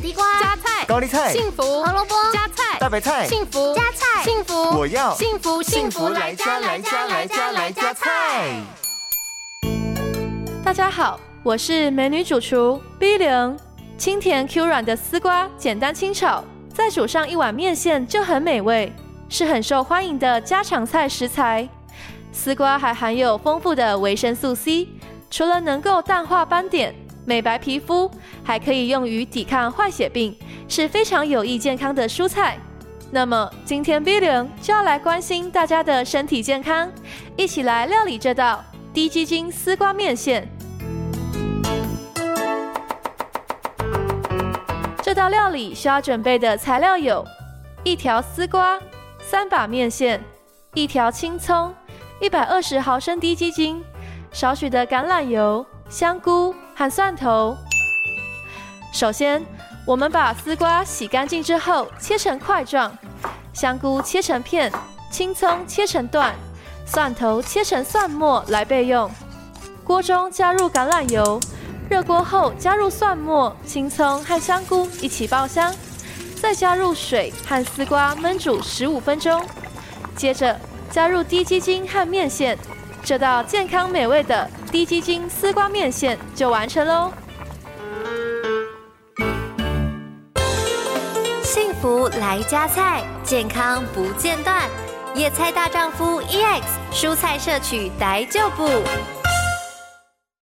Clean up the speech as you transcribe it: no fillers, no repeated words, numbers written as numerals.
地瓜、 加菜、 高丽菜、 幸福、 胡萝卜、 加菜、 大白菜、 幸福、 加菜、 幸福， 我要幸福幸福来加来加来加来加菜。 大家好，我是美女主厨 B 零。清甜 Q 软的丝瓜简单清炒，再煮上一碗面线就很美味，是很受欢迎的家常菜食材。丝瓜还含有丰富的维生素 C， 除了能够淡化斑点、美白皮肤，还可以用于抵抗坏血病，是非常有益健康的蔬菜。那么今天 B 零就要来关心大家的身体健康，一起来料理这道低基金丝瓜面线。这道料理需要准备的材料有1条丝瓜、3把面线、1条青葱、120毫升低基精、少许的橄榄油、香菇和蒜头。首先，我们把丝瓜洗干净之后切成块状，香菇切成片，青葱切成段，蒜头切成蒜末来备用。锅中加入橄榄油，热锅后加入蒜末、青葱和香菇一起爆香，再加入水和丝瓜焖煮15分钟。接着加入低基精和面线，这道健康美味的低基精丝瓜面线就完成喽。 幸福来加菜，健康不间断。野菜大丈夫 EX 蔬菜摄取逮就补。